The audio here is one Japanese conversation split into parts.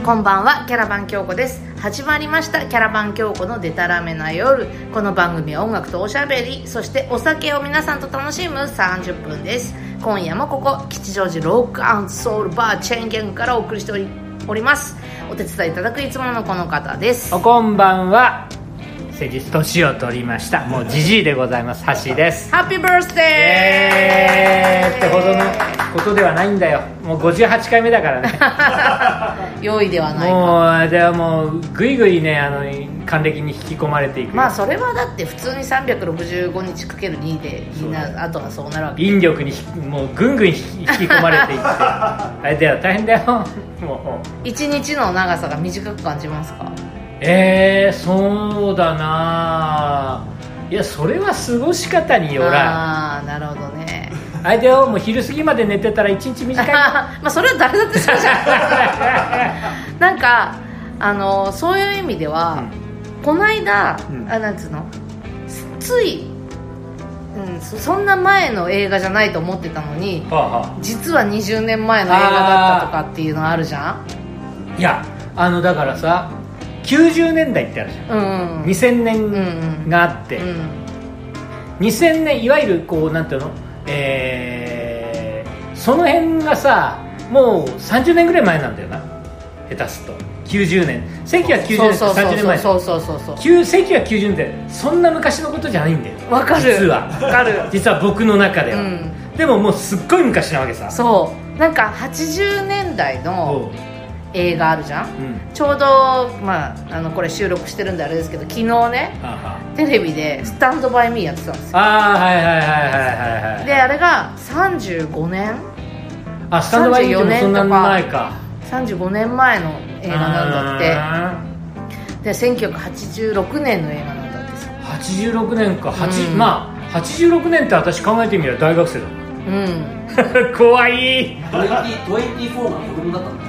こんばんは、キャラバン京子です。始まりましたキャラバン京子のデタラメな夜。この番組は音楽とおしゃべり、そしてお酒を皆さんと楽しむ30分です。今夜もここ吉祥寺ロック&ソウルバーチェーン店からお送りしております。お手伝いいただくいつものこの方です。 こんばんは。先日年を取りましたもうジジイでございます。ハッシーです。 ハッピーバースデーってほどのことではないんだよ。もう58回目だからね良いではないか。 もうぐいぐいね還暦に引き込まれていく。 まあそれはだって普通に365日かける2でみんなあとはそうなるわけ。 引力にもうぐんぐん引き込まれていってあれだよ、大変だよもう一日の長さが短く感じますか？ そうだな。いや、それは過ごし方によらん。 ああ、なるほどね。 あれだよ、もう昼過ぎまで寝てたら一日短いまあそれは誰だってそうじゃんなんかそういう意味では、この間、なんつうの、つい、そんな前の映画じゃないと思ってたのに、実は20年前の映画だったとかっていうのあるじゃん。 いや、だからさ、90年代ってあるじゃん、2000年があって、2000年、いわゆるこうなんていうの、その辺がさ、もう30年ぐらい前なんだよな、下手すと90年、1990年って30年前、1990年ってそんな昔のことじゃないんだよ。 わかる、 実は僕の中では、でももうすっごい昔なわけさ。 そうなんか80年代の映画あるじゃん、ちょうど、これ収録してるんであれですけど、昨日ね、テレビでスタンドバイミーやってたんですよ。で、あれが35年、 スタンドバイミーってそんな前か、 35年前の映画なんだって。で、1986年の映画なんだってさ。 86年か、86年って私考えてみれば大学生だ怖い。 24が子供だったんだ。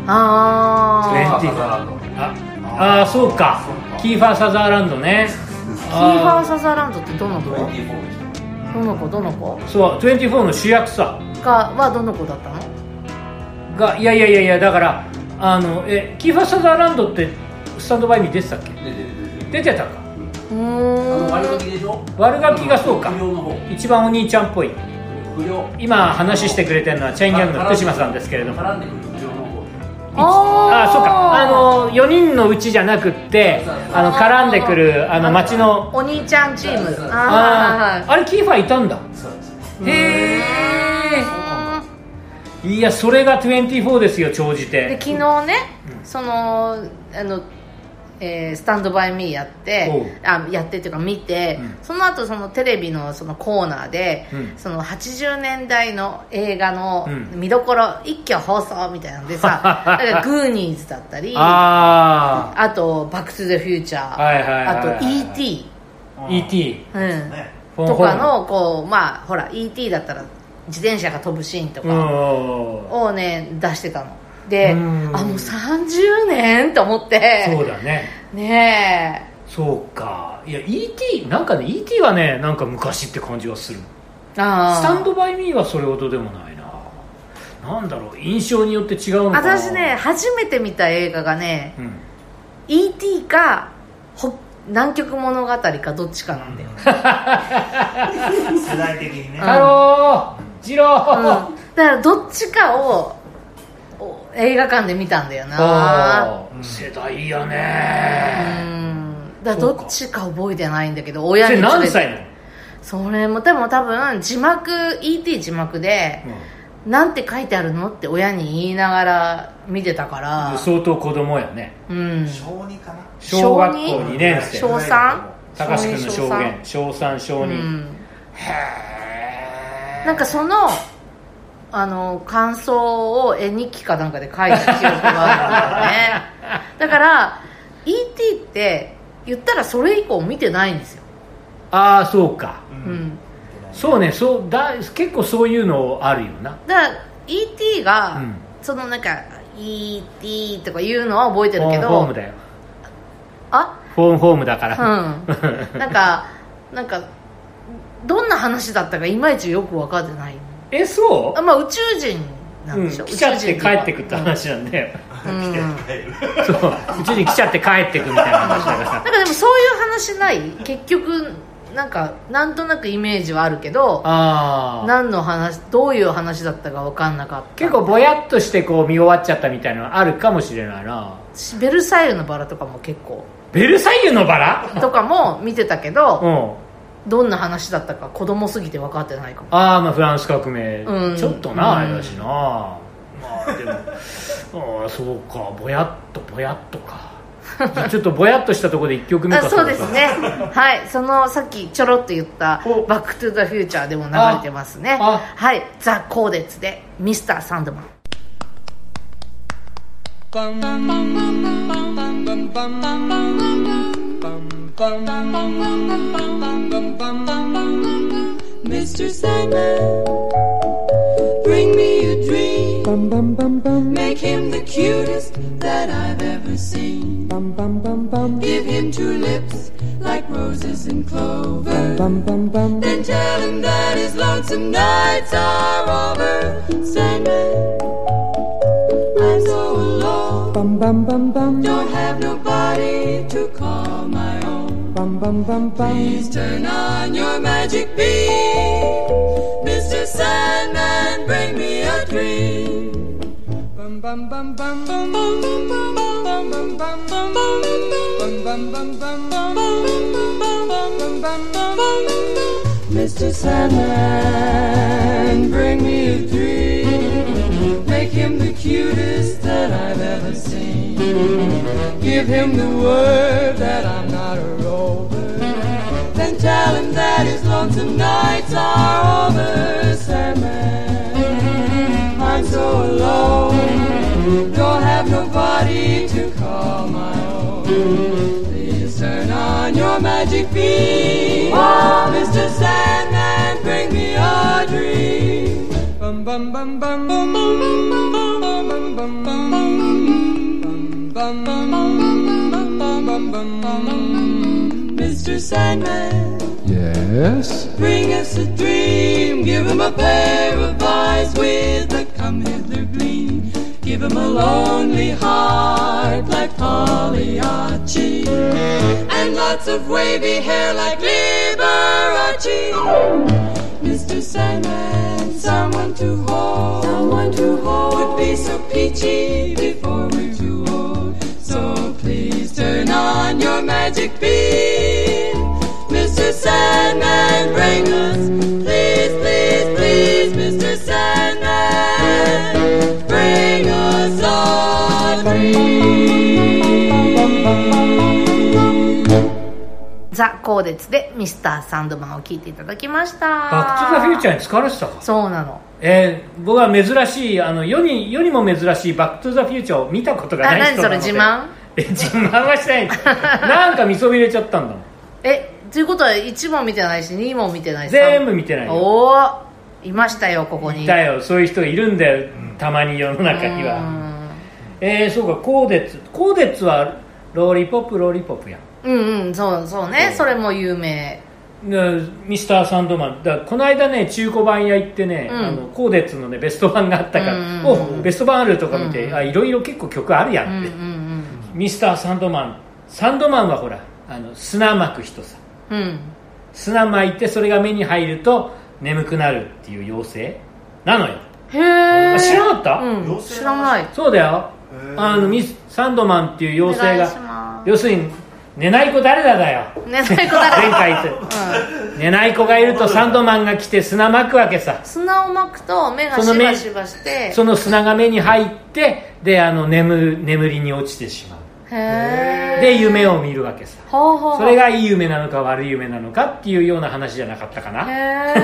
そうか、キーファー・サザーランドね。 キーファー・サザーランドってどの子？どの子？ そう、24の主役さはどの子だったの？ いやだからキーファー・サザーランドってスタンドバイミー出てたっけ？出てたか。 悪ガキでしょ。 悪ガキがそうか、一番お兄ちゃんっぽい。今話してくれてるのはチェーンギャングの福島さんですけれども、そうか、4人のうちじゃなくって絡んでくる町のお兄ちゃんチーム。 あれキーファーいたんだ。へえ。いや、それが24ですよ、長じて。 で、昨日ね、そのスタンドバイミーやってっていうか見て、その後そのテレビのそのコーナーで、その80年代の映画の見どころ一挙放送みたいなのでさ、だからグーニーズだったり、あとバックトゥザフューチャー、あと E.T. とかのこう、ほら E.T. だったら自転車が飛ぶシーンとかをね出してたので、もう30年と思って。 そうだね。 ねえ。 そうか。いや E.T. なんかね、 E.T. はね、なんか昔って感じがする。スタンドバイミーはそれほどでもないな。なんだろう、印象によって違うのかな。 私ね、初めて見た映画がね、E.T. か南極物語かどっちかなんだよ世代的にね。 ハロージロー、 だからどっちかを映画館で見たんだよな。 世代やね。 だからどっちか覚えてないんだけど、親に連れて。何歳なの？ それもでも多分字幕 E.T. 字幕で、なんて書いてあるのって親に言いながら見てたから。 相当子供やね。 小2かな。 小学校2年生。 小 3？ 高橋君の証言。小3小2。 なんかその感想を絵日記かなんかで書いた記憶があるんだよねだから E.T. って言ったらそれ以降見てないんですよ。 そうか、そうね、結構そういうのあるよな。 だから E.T. が、そのなんか E.T. とかいうのは覚えてるけど、 ホームだよ。ホームだからなんかどんな話だったかいまいちよく分かってない。 そう？ 宇宙人なんでしょ、 来ちゃって帰ってくって話なんで、 そううちに来ちゃって帰ってくみたいな話だからさ。 なんかでもそういう話ない？結局なんとなくイメージはあるけど、何の話、どういう話だったか分かんなかった。 結構ぼやっとしてこう見終わっちゃったみたいなのあるかもしれないな。 ベルサイユのバラとかも結構、 ベルサイユのバラとかも見てたけど、どんな話だったか子供すぎて分かってないかも。 まあフランス革命、ちょっとなあれだしな、まあでもそうか、ぼやっとかちょっとぼやっとしたところで1曲目か。 そうですねはい、そのさっきちょろっと言ったバックトゥザフューチャーでも流れてますね。はい、ザ・コーデツでミスター・サンドマン。 Mr. Sandman, bring me a dream. Make him the cutest that I've ever seen. Give him two lips like roses and clover. Then tell him that his lonesome nights are over. Sandman, I'm so alone. Don't have nobody to call my own. Please turn on your magic beam. Mr. Sandman, bring me a dream. Mr. Sandman, bring me a dream. Make him the cutest that I've ever seen. Give him the word that I'm not a rover. Then tell him that his lonesome nights are over. Sandman, I'm so alone. Don't have nobody to call my own. Please turn on your magic beam. Oh, Mr. Sandman, bring me a dream. Bum bum bum bum bum bum bum bum bum bum bum. Mr. Sandman, yes? Bring us a dream. Give him a pair of eyes with a come-hither gleam. Give him a lonely heart like Pagliacci, and lots of wavy hair like Liberace. Mr. Sandman, someone to hold, would be so peachy before we're too old. So please turn on your magic beam. Mr. Sandman, bring us, please, please, please, Mr. Sandman, bring us a dream. ザ・コーデツでミスター・サンドマンを聴いていただきました。 バック・トゥ・ザ・フューチャーに使われてたか。 そうなの。 僕は珍しい世にも珍しいバック・トゥ・ザ・フューチャーを見たことがない人なので。 何それ、自慢？ 自慢はしてないなんか見そびれちゃったんだもん。 ということは1も見てないし2も見てないし全部見てないよ。 おお、いましたよ、ここに。 いたよ、そういう人いるんだよ、たまに世の中には。そうか、コーデツはローリポップや。 そうね、それも有名。 ミスターサンドマンだ。この間ね、中古版屋行ってね、コーデツのねベスト版があったから、ベスト版あるとか見て、いろいろ結構曲あるやんって。ミスターサンドマンはほら砂巻く人さ、砂巻いてそれが目に入ると眠くなるっていう妖精なのよ。 へえ、 知らなかった？ 知らない。 そうだよ、サンドマンっていう妖精が、要するに寝ない子誰だよ。 寝ない子誰だ前回言って、寝ない子がいるとサンドマンが来て砂巻くわけさ。 砂を巻くと目がしばしばして、 その砂が目に入ってで眠りに落ちてしまう。で夢を見るわけさ。それがいい夢なのか悪い夢なのかっていうような話じゃなかったかな。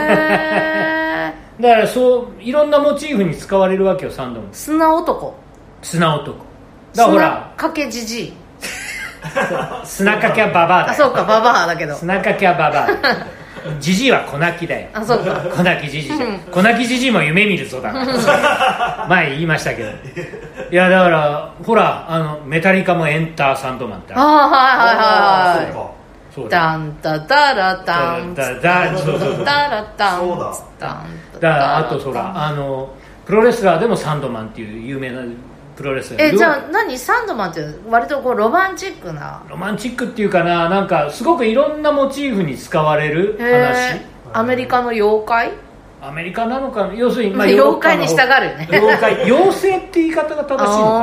だからそういろんなモチーフに使われるわけよ、サンドマン。 砂男だからほら砂かけじじい砂かけはババアだよ。 そうか、ババアだけど砂かけはババアジジイは粉木だよ。 そうか、 粉木ジジイじゃん。粉木ジジイも夢見るぞだから前言いましたけど。いやだからほらメタリカもエンターサンドマンってはい。 そうダンタタラタンタラタン。 だからあとほらプロレスラーでもサンドマンっていう有名なプロレスじゃあ何サンドマンって割とこうロマンチックな、 ロマンチックっていうかな、なんかすごくいろんなモチーフに使われる話。 アメリカの妖怪、 アメリカなのか、要するに、 まあ、妖怪に従うよね。 妖精って言い方が正しいのか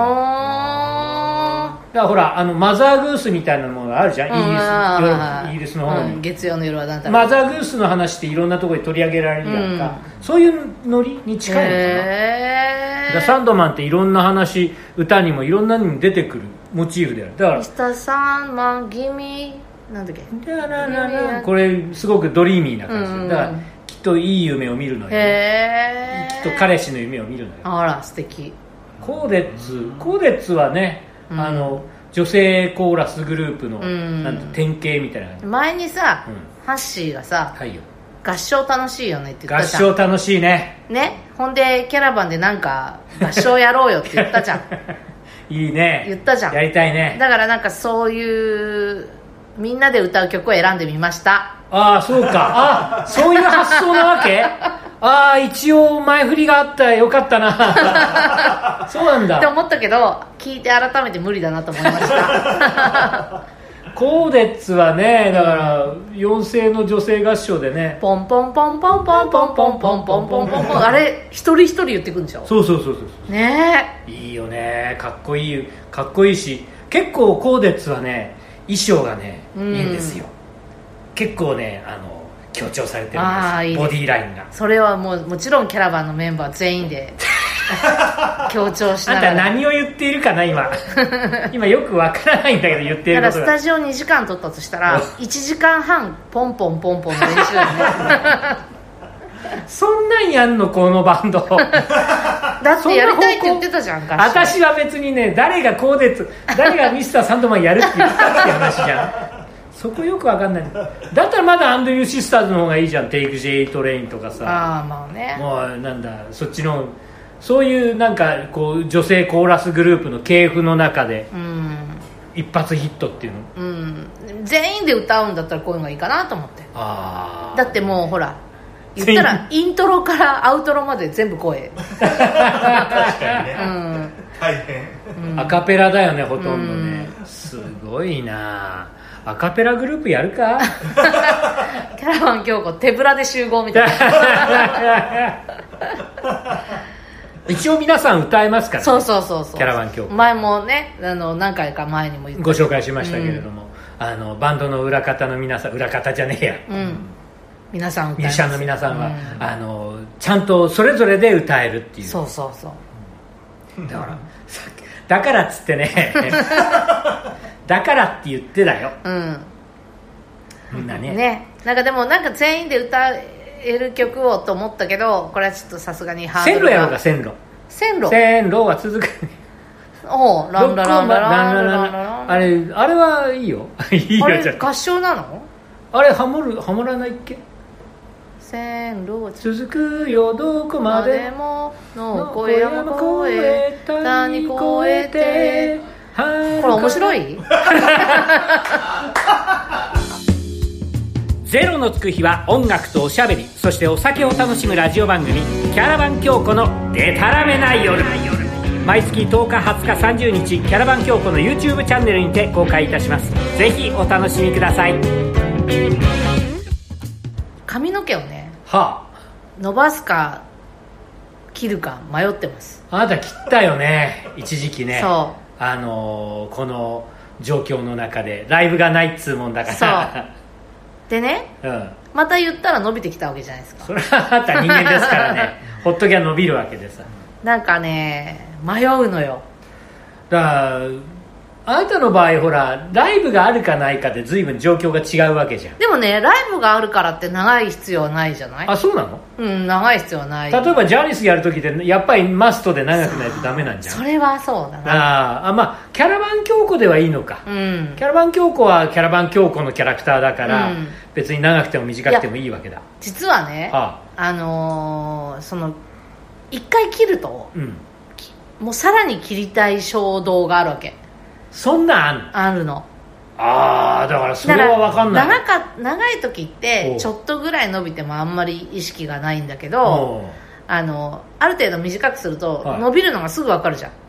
な。だからほらマザーグースみたいなものがあるじゃん、イギリスの方に、 月曜の夜はなんだマザーグースの話っていろんなところで取り上げられるやんか、そういうノリに近いのかな。サンドマンっていろんな話、歌にもいろんなにも出てくるモチーフである。だからミスターサンドマンギミなんだっけ、 これすごくドリーミーな感じ、だからきっといい夢を見るのよ、きっと彼氏の夢を見るのよ。 あら素敵。 コーデッツはね、女性コーラスグループの、なんて典型みたいな感じ。 前にさ、ハッシーがさ、 はいよ、 合唱楽しいよねって言ったじゃん。 合唱楽しいね。 ほんでキャラバンでなんか合唱やろうよって言ったじゃん。 いいね、 言ったじゃん。 やりたいね。 だからなんかそういうみんなで歌う曲を選んでみました。 ああそうか、そういう発想なわけ。一応前振りがあったらよかったな。そうなんだって思ったけど、聞いて改めて無理だなと思いました。 コーデッツはね、だから妖精の女性合唱でね、 ポンポンポンポンポンポンポンポンポンポンポンポン、あれ一人一人言ってくんでしょ。 そうねえ、いいよね、かっこいいし、結構コーデッツはね衣装がね、いいんですよ。結構ね強調されてるんです、ボディーラインが。 それはもちろんキャラバンのメンバー全員で強調しながら。 あんた何を言っているかな今よくわからないんだけど言っていることが。 だからスタジオ2時間撮ったとしたら1時間半ポンポンポンポンの練習だよね。 そんなんやんのこのバンド。だってやりたいって言ってたじゃん。 私は別にね、誰がコーデッツ、誰がミスターサンドマンやるって言ったって話じゃん。そこよくわかんない。だったらまだアンドリューシスターズの方がいいじゃん。テイク J トレインとかさ。 まあね、 もうなんだそっちの、そういうなんかこう女性コーラスグループの系譜の中で、一発ヒットっていうの、 全員で歌うんだったらこういうのがいいかなと思って。だってもうほら言ったらイントロからアウトロまで全部声。 確かにね、大変、 アカペラだよねほとんどね。すごいな。アカペラグループやるか。 キャラバン京子手ぶらで集合みたいな。 一応皆さん歌えますからね。 そうキャラバン京子前もね何回か前にもご紹介しましたけれども、バンドの裏方の皆さん、裏方じゃねえや、 皆さん歌えます。 ミュージシャンの皆さんは、ちゃんとそれぞれで歌えるっていう。 そうだからっつってね。だからって言ってだよ、みんなね。 なんかでもなんか全員で歌える曲をと思ったけど、これはちょっとさすがにハードルが。 線路やろうか。線路は続く。 ランラランラランララン、 あれはいいよ。いいよ。 あれ合唱なの？ あれハモらないっけ？ 線路続くよどこまでもの声山越え谷越えて。これ面白い？ ゼロのつく日は音楽とおしゃべり、そしてお酒を楽しむラジオ番組、キャラバン京子のデタラメな夜。毎月10日20日30日、キャラバン京子の YouTube チャンネルにて公開いたします。ぜひお楽しみください。 髪の毛をね、伸ばすか切るか迷ってます。 あなた切ったよね一時期ね。 そう、 この状況の中でライブがないっつうもんだから。 そうでね、また言ったら伸びてきたわけじゃないですか。 それはあなた人間ですからね。ほっときゃ伸びるわけでさ。 なんかね迷うのよ。 だからあなたの場合ほらライブがあるかないかで随分状況が違うわけじゃん。 でもねライブがあるからって長い必要はないじゃない。 あ、そうなの？ 長い必要はない。 例えばジャニスやるときってやっぱりマストで長くないとダメなんじゃん。 それはそうだな。 まあキャラバン京子ではいいのか、キャラバン京子はキャラバン京子のキャラクターだから、別に長くても短くてもいいわけだ。 実はね、その一回切ると、もうさらに切りたい衝動があるわけ。 そんなんあるの。 だからそれは分かんない。 長い時ってちょっとぐらい伸びてもあんまり意識がないんだけど、ある程度短くすると伸びるのがすぐ分かるじゃん。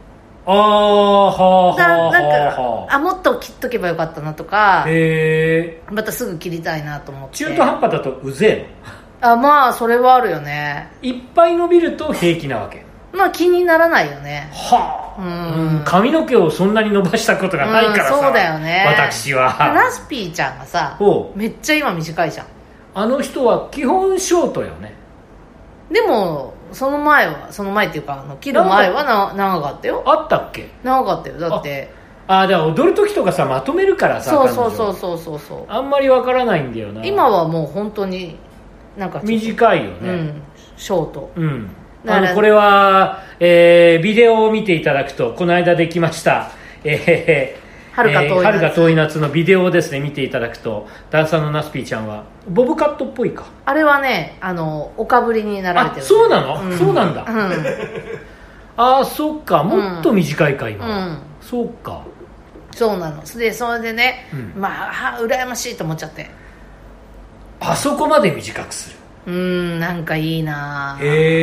ああ、はあなんかはあ、 もっと切っとけばよかったなとか、 へえ。 またすぐ切りたいなと思って。 中途半端だとうぜえの？ まあそれはあるよね。 いっぱい伸びると平気なわけ？ まあ気にならないよね。 はあ、髪の毛をそんなに伸ばしたことがないからさ、 そうだよね。 私はラスピーちゃんがさ、めっちゃ今短いじゃん。 あの人は基本ショートよね。 でもその前っていうか切る前は長かったよ。 あったっけ？ 長かったよ。だってだから踊る時とかさまとめるからさ、 そうあんまりわからないんだよな。 今はもう本当になんか短いよね、 ショート。 これは、ビデオを見ていただくと、この間できました、春が遠い夏のビデオをですね見ていただくと、ダンサーのナスピーちゃんはボブカットっぽいか。 あれはねおかぶりになられてる。 そうなの、そうなんだ、そっか、もっと短いか今、そうか、 そうなの。それでね、羨ましいと思っちゃって、 あそこまで短くする。 なんかいいな。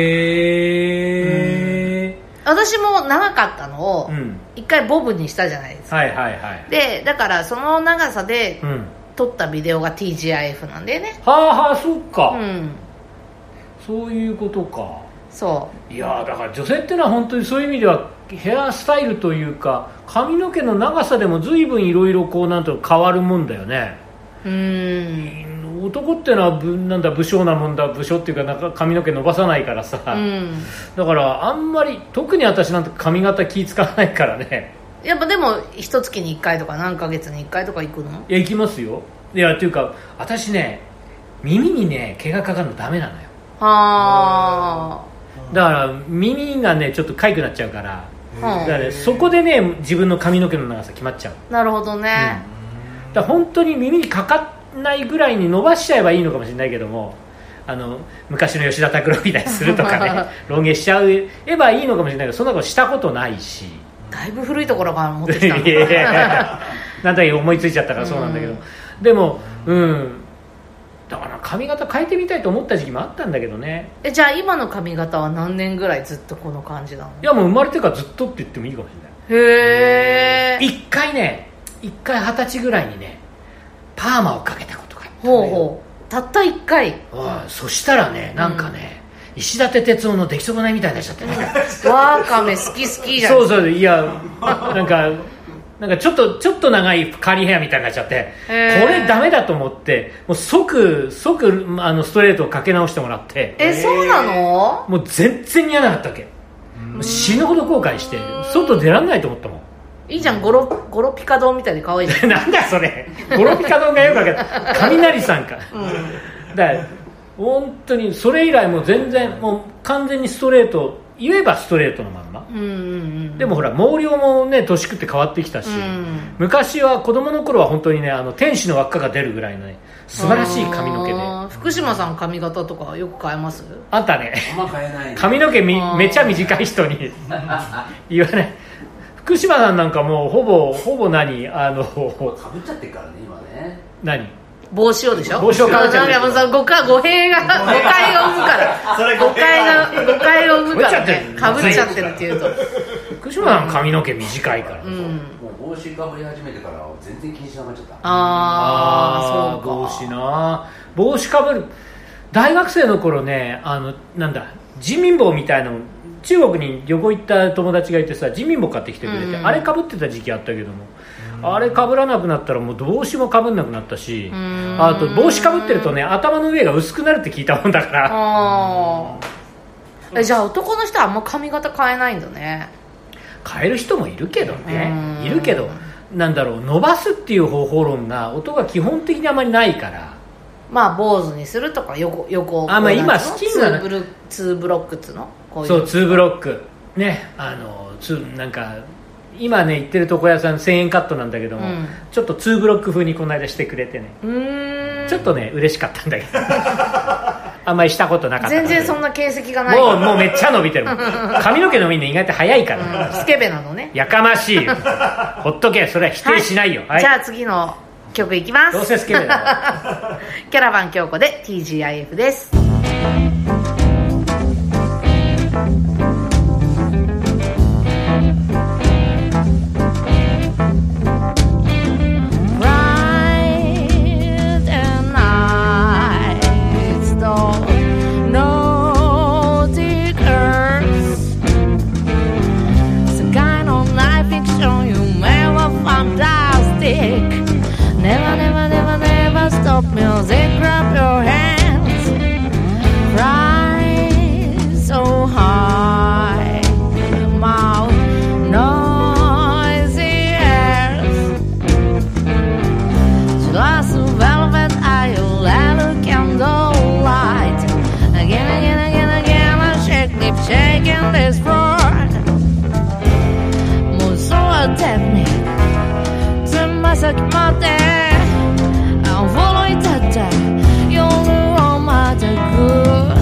私も長かったのを一回ボブにしたじゃないですか。でだからその長さで撮ったビデオが TGIF なんでね。 そっか、そういうことか。 そういやだから女性っていうのは本当にそういう意味ではヘアスタイルというか髪の毛の長さでも随分いろいろこうなんと変わるもんだよね。男っていうのは武将なもんだ。武将っていうかなんか髪の毛伸ばさないからさ、だからあんまり特に私なんて髪型気使わないからね。 やっぱでも一月に1回とか何ヶ月に1回とか行くの？ いや行きますよ。いやっていうか私ね耳にね毛がかかるのダメなのよ。だから耳がねちょっと痒くなっちゃうから、だから、ね、そこでね自分の髪の毛の長さ決まっちゃう。 なるほどね、 だから本当に耳にかかっないぐらいに伸ばしちゃえばいいのかもしれないけども、昔の吉田拓郎みたいにするとかねロン毛しちゃえばいいのかもしれないけど、そんなことしたことないし。 だいぶ古いところから持ってきたのなんだか思いついちゃったからそうなんだけど、でもだから髪型変えてみたいと思った時期もあったんだけどね。 じゃあ今の髪型は何年ぐらいずっとこの感じなの？ いやもう生まれてからずっとって言ってもいいかもしれない。 へえ。 一回20歳ぐらいにねパーマをかけたことがあった。 たった1回。 そしたらねなんかね、石立哲夫の出来損ないみたいになっちゃってねワカメ好きじゃん。 そういやなんかちょっと長いカーリーヘアみたいになっちゃって、これダメだと思ってもう即ストレートをかけ直してもらって。 そうなの？ もう全然似合わなかったわけ。死ぬほど後悔して外出らんないと思ったもん。 いいじゃん、ゴロピカドみたいで可愛いじゃんなんだそれ、ゴロピカドがよくわかる雷さんか、だから本当にそれ以来もう全然もう完全にストレート、言えばストレートのまんま、でもほら毛量もね年食って変わってきたし、昔は子供の頃は本当にね天使の輪っかが出るぐらいのね素晴らしい髪の毛で。 福島さん髪型とかよく変えます？ あんたね変えない髪の毛めちゃ短い人に言わない。福島さんなんかもうほぼ何かぶっちゃってるからね今ね。 何帽子をでしょ。 帽子をかぶっちゃってる。 誤解が生むからそれ誤解が生むからね、かぶっちゃってるっていうと。 福島さん髪の毛短いから、 もう帽子かぶり始めてから全然気にしなくなっちゃった。 そうか。 帽子かぶる。大学生の頃ねなんだ人民帽みたいなの中国に旅行行った友達がいてさ、人民帽買ってきてくれて、あれかぶってた時期あったけども、あれかぶらなくなったらもう帽子もかぶんなくなったし、あと帽子かぶってるとね頭の上が薄くなるって聞いたもんだから。 じゃあ男の人はあんま髪型変えないんだね。 変える人もいるけどね、いるけどなんだろう、伸ばすっていう方法論が音が基本的にあまりないから、 坊主にするとか横今スキンが 2ブロックっつの、 そう2ブロックね、なんか今ね行ってる床屋さん1000円カットなんだけども、ちょっと2ブロック風にこの間してくれてね、ちょっとね嬉しかったんだけどあんまりしたことなかった。 全然そんな形跡がない。 もうめっちゃ伸びてる髪の毛のみんな意外と早いから、 スケベなのね。 やかましいほっとけ、それは否定しないよ。 じゃあ次の曲いきます。 どうせスケベだキャラバン京子で TGIF です。 pop music, grab your hands, rise so high, mouth noisy ears, glass of velvet, IOL candlelight, again, again, again, again, I shake, keep shaking this floor, more technique, つま先までfollow いたって夜をまたぐ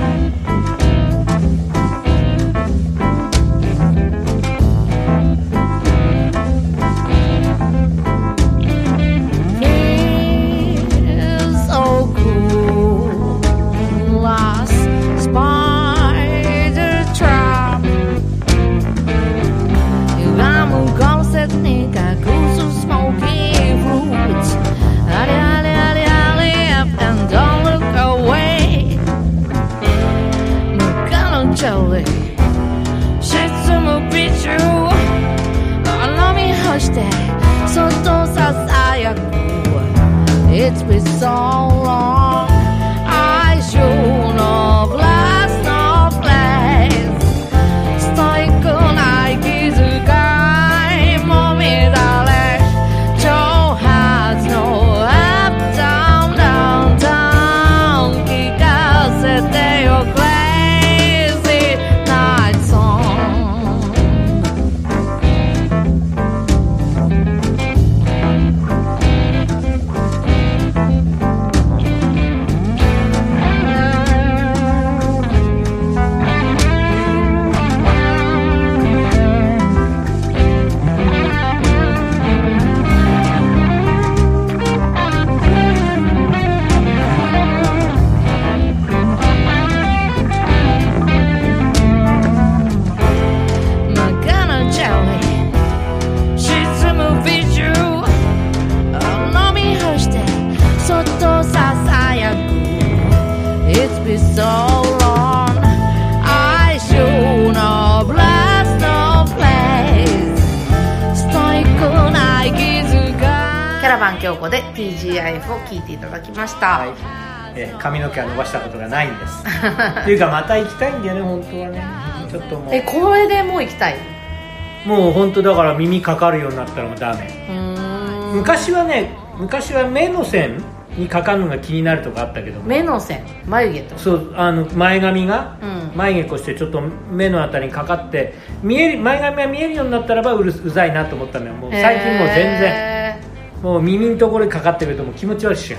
It's been so long, I should have lost no place. Stoic な息遣いも乱れ、挑発の Up down down down 聞かせてよ Crazy night song. It's been so long, I should have lost no place. ストイックな息遣い。キャラバン京子で TGIF を聞いていただきました。 はい、髪の毛は伸ばしたことがないんですっていうかまた行きたいんだよね本当はね。ちょっともうこれでもう行きたい。 もう本当だから耳かかるようになったらもうダメ。昔は目の線にかかるのが気になるとかあったけども、 目の線、眉毛とそう前髪が、眉毛こしてちょっと目のあたりにかかって前髪が見えるようになったらばうざいなと思ったのよ。もう最近もう全然もう耳のところにかかってくるともう気持ち悪いし。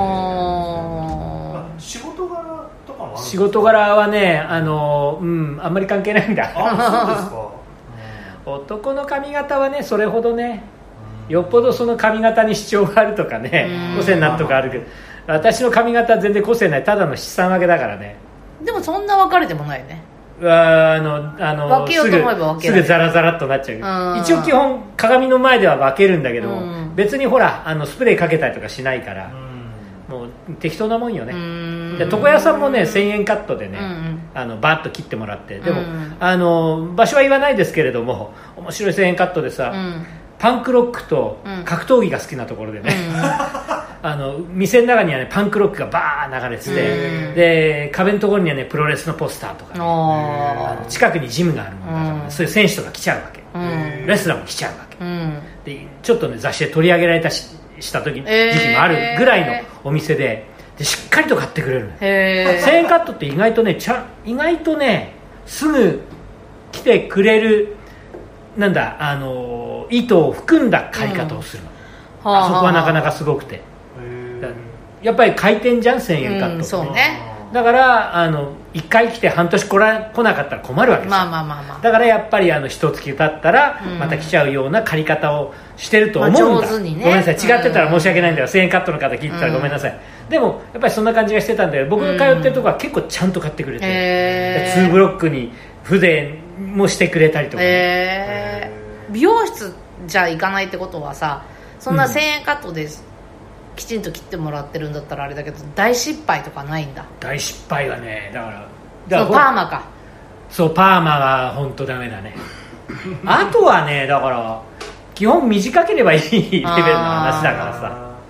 仕事柄とかもあるんですか？ 仕事柄はねあんまり関係ないんだ。 あ、そうですか。 男の髪型はねそれほどねよっぽどその髪型に主張があるとかね個性になるとかあるけど、私の髪型は全然個性ない、ただの七三分けだからね。 でもそんな分かれてもないよね。 分けようと思えば分ける。 すぐザラザラっとなっちゃう。一応基本鏡の前では分けるんだけども、別にほらスプレーかけたりとかしないから、もう適当なもんよね。で床屋さんもね1000円カットでね、バーッと切ってもらって、でも場所は言わないですけれども面白い1000円カットでさ、パンクロックと格闘技が好きなところでね、店の中にはねパンクロックがバー流れてて、で壁のところにはねプロレスのポスターとか、近くにジムがあるもんだからね、そういう選手とか来ちゃうわけ、レスラーも来ちゃうわけ、でちょっとね雑誌で取り上げられたした時時期もあるぐらいのお店で、しっかりと買ってくれる。1000円カットって意外とねすぐ来てくれるなんだ糸を含んだ買い方をするの、あそこはなかなかすごくて、やっぱり回転じゃん1000円カットって、 そうね。 だから1回来て半年来なかったら困るわけですよ。だからやっぱり一月経ったらまた来ちゃうような借り方をしてると思うんだ、 上手にね。 ごめんなさい、違ってたら申し訳ないんだよ、1000円カットの方聞いてたらごめんなさい、でもやっぱりそんな感じがしてたんで、僕が通ってるところは結構ちゃんと買ってくれて、2ブロックに筆もしてくれたりとか、美容室じゃ行かないってことはさ、そんな1000円カットできちんと切ってもらってるんだったらあれだけど、大失敗とかないんだ。大失敗はね、だからパーマか。 そうパーマは本当ダメだねあとはね、だから基本短ければいいレベルの話だからさ、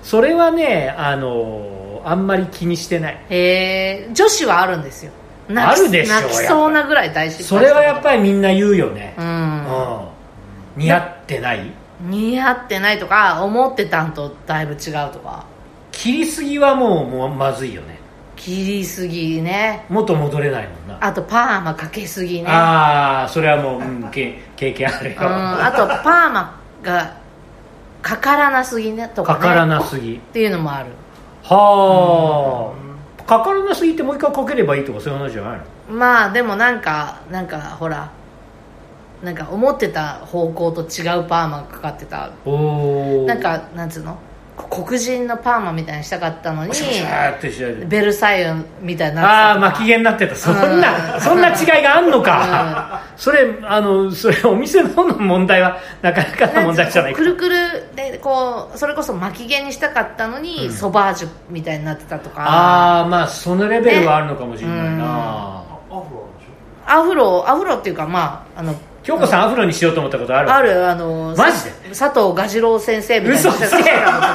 それはねあんまり気にしてない。 女子はあるんですよ。 あるでしょ。 泣きそうなぐらい大失敗した。 それはやっぱりみんな言うよね。似合ってない、 似合ってないとか、思ってたんとだいぶ違うとか。 切りすぎはもうまずいよね。 切りすぎね。 元戻れないもんな。 あとパーマかけすぎね。 それはもう、経験あるよ。 あとパーマがかからなすぎねとかね。 かからなすぎっていうのもある。 はあ、かからなすぎてもう一回かければいいとかそういう話じゃないの？ まあでもなんかほら、なんか思ってた方向と違うパーマがかかってた。なんかなんつうの、黒人のパーマみたいにしたかったのにベルサイユみたいになってた。巻き毛になってた。そんな違いがあんのか。それお店の問題はなかなかな問題じゃないか。くるくるでこうそれこそ巻き毛にしたかったのに、ソバージュみたいになってたとか。まあそのレベルはあるのかもしれないな。アフロっていうか、まあ京子さんアフロにしようと思ったことある？ ある。 マジで佐藤蛾次郎先生みたいな。 嘘つけ。そう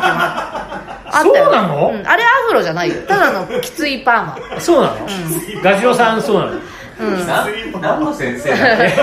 なの？ あれアフロじゃないよ。ただのきついパーマ。 そうなの？蛾次郎さんそうなの？ 何の先生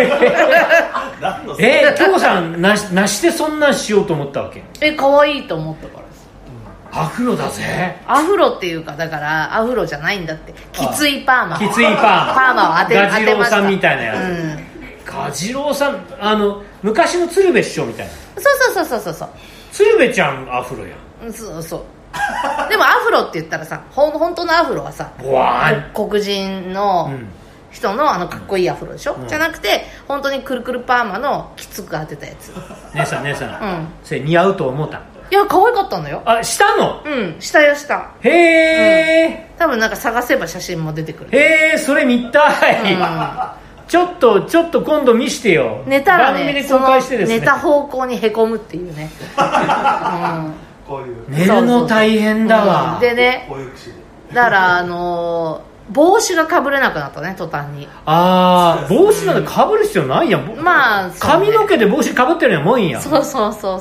京子さんなしてそんなんしようと思ったわけ？ 可愛いと思ったからです。 アフロだぜ。 アフロっていうか、だからアフロじゃないんだって。きついパーマ。 きついパーマを当てました。 蛾次郎さんみたいなやつ。蛾次郎さん昔の鶴瓶師匠みたいな。 そう鶴瓶ちゃんアフロやん。 そうでもアフロって言ったらさ、本当のアフロはさ、黒人の人のかっこいいアフロでしょ、じゃなくて本当にくるくるパーマのきつく当てたやつ。 姉さん、それ似合うと思った？ いや可愛かったのよ。 したの？ したよ。 へえ、 多分なんか探せば写真も出てくる。 へえ、それ見たい。ちょっと今度見してよ。 寝たらね、 番組で公開してですね、 寝た方向にへこむっていうね。 寝るの大変だわ。 でね、だから帽子がかぶれなくなったね、途端に。帽子なんてかぶる必要ないやん。まあ髪の毛で帽子かぶってるようなもんやん。そう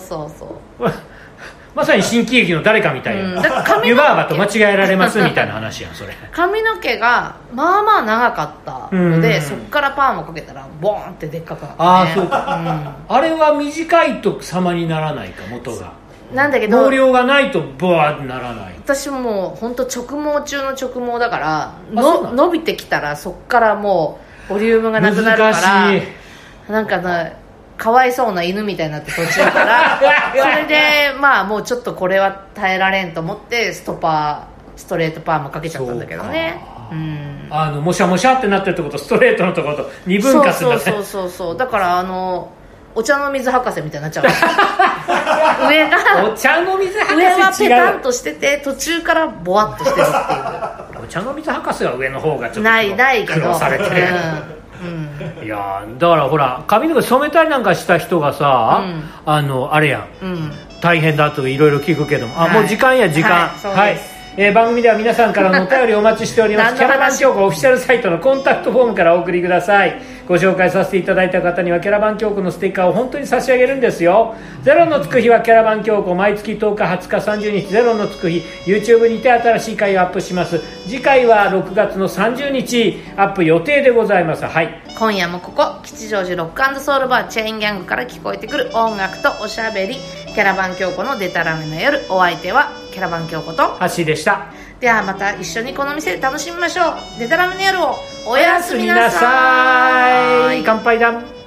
まさに新喜劇の誰かみたいな、湯婆婆と間違えられますみたいな話やんそれ。 髪の毛がまあまあ長かったので、そっからパーマかけたらボーンってでっかくなったね。 そうか、あれは短いと様にならないか、元が。 なんだけど毛量がないとボワーってならない。 私もう本当直毛中の直毛だから伸びてきたらそっからもうボリュームがなくなるから、なんかかわいそうな犬みたいになって途中からそれでまあもうちょっとこれは耐えられんと思ってストレートパーマかけちゃったんだけどね。もしゃもしゃってなってるとことストレートのとこと二分割になって。そうだからお茶の水博士みたいになっちゃう上がお茶の水博士上はペタンとしてて途中からボワッとしてるっていう。 お茶の水博士は上の方がちょっとないけど苦労されてる。いやだからほら髪の毛染めたりなんかした人がさ、あれやん、大変だといろいろ聞くけども、もう時間や時間。はい、番組では皆さんからのお便りをお待ちしておりますキャラバン京子オフィシャルサイトのコンタクトフォームからお送りください。ご紹介させていただいた方にはキャラバン京子のステッカーを本当に差し上げるんですよ。ゼロのつく日はキャラバン京子、毎月10日20日30日ゼロのつく日 YouTube にて新しい回をアップします。次回は6月の30日アップ予定でございます。はい、 今夜もここ吉祥寺ロック&ソウルバーチェーンギャングから聞こえてくる音楽とおしゃべり、キャラバン京子のデタラメの夜。お相手はキャラバン京子とハッシーでした。 ではまた一緒にこの店で楽しみましょう。デタラメの夜をおおやすみなさい。乾杯だ。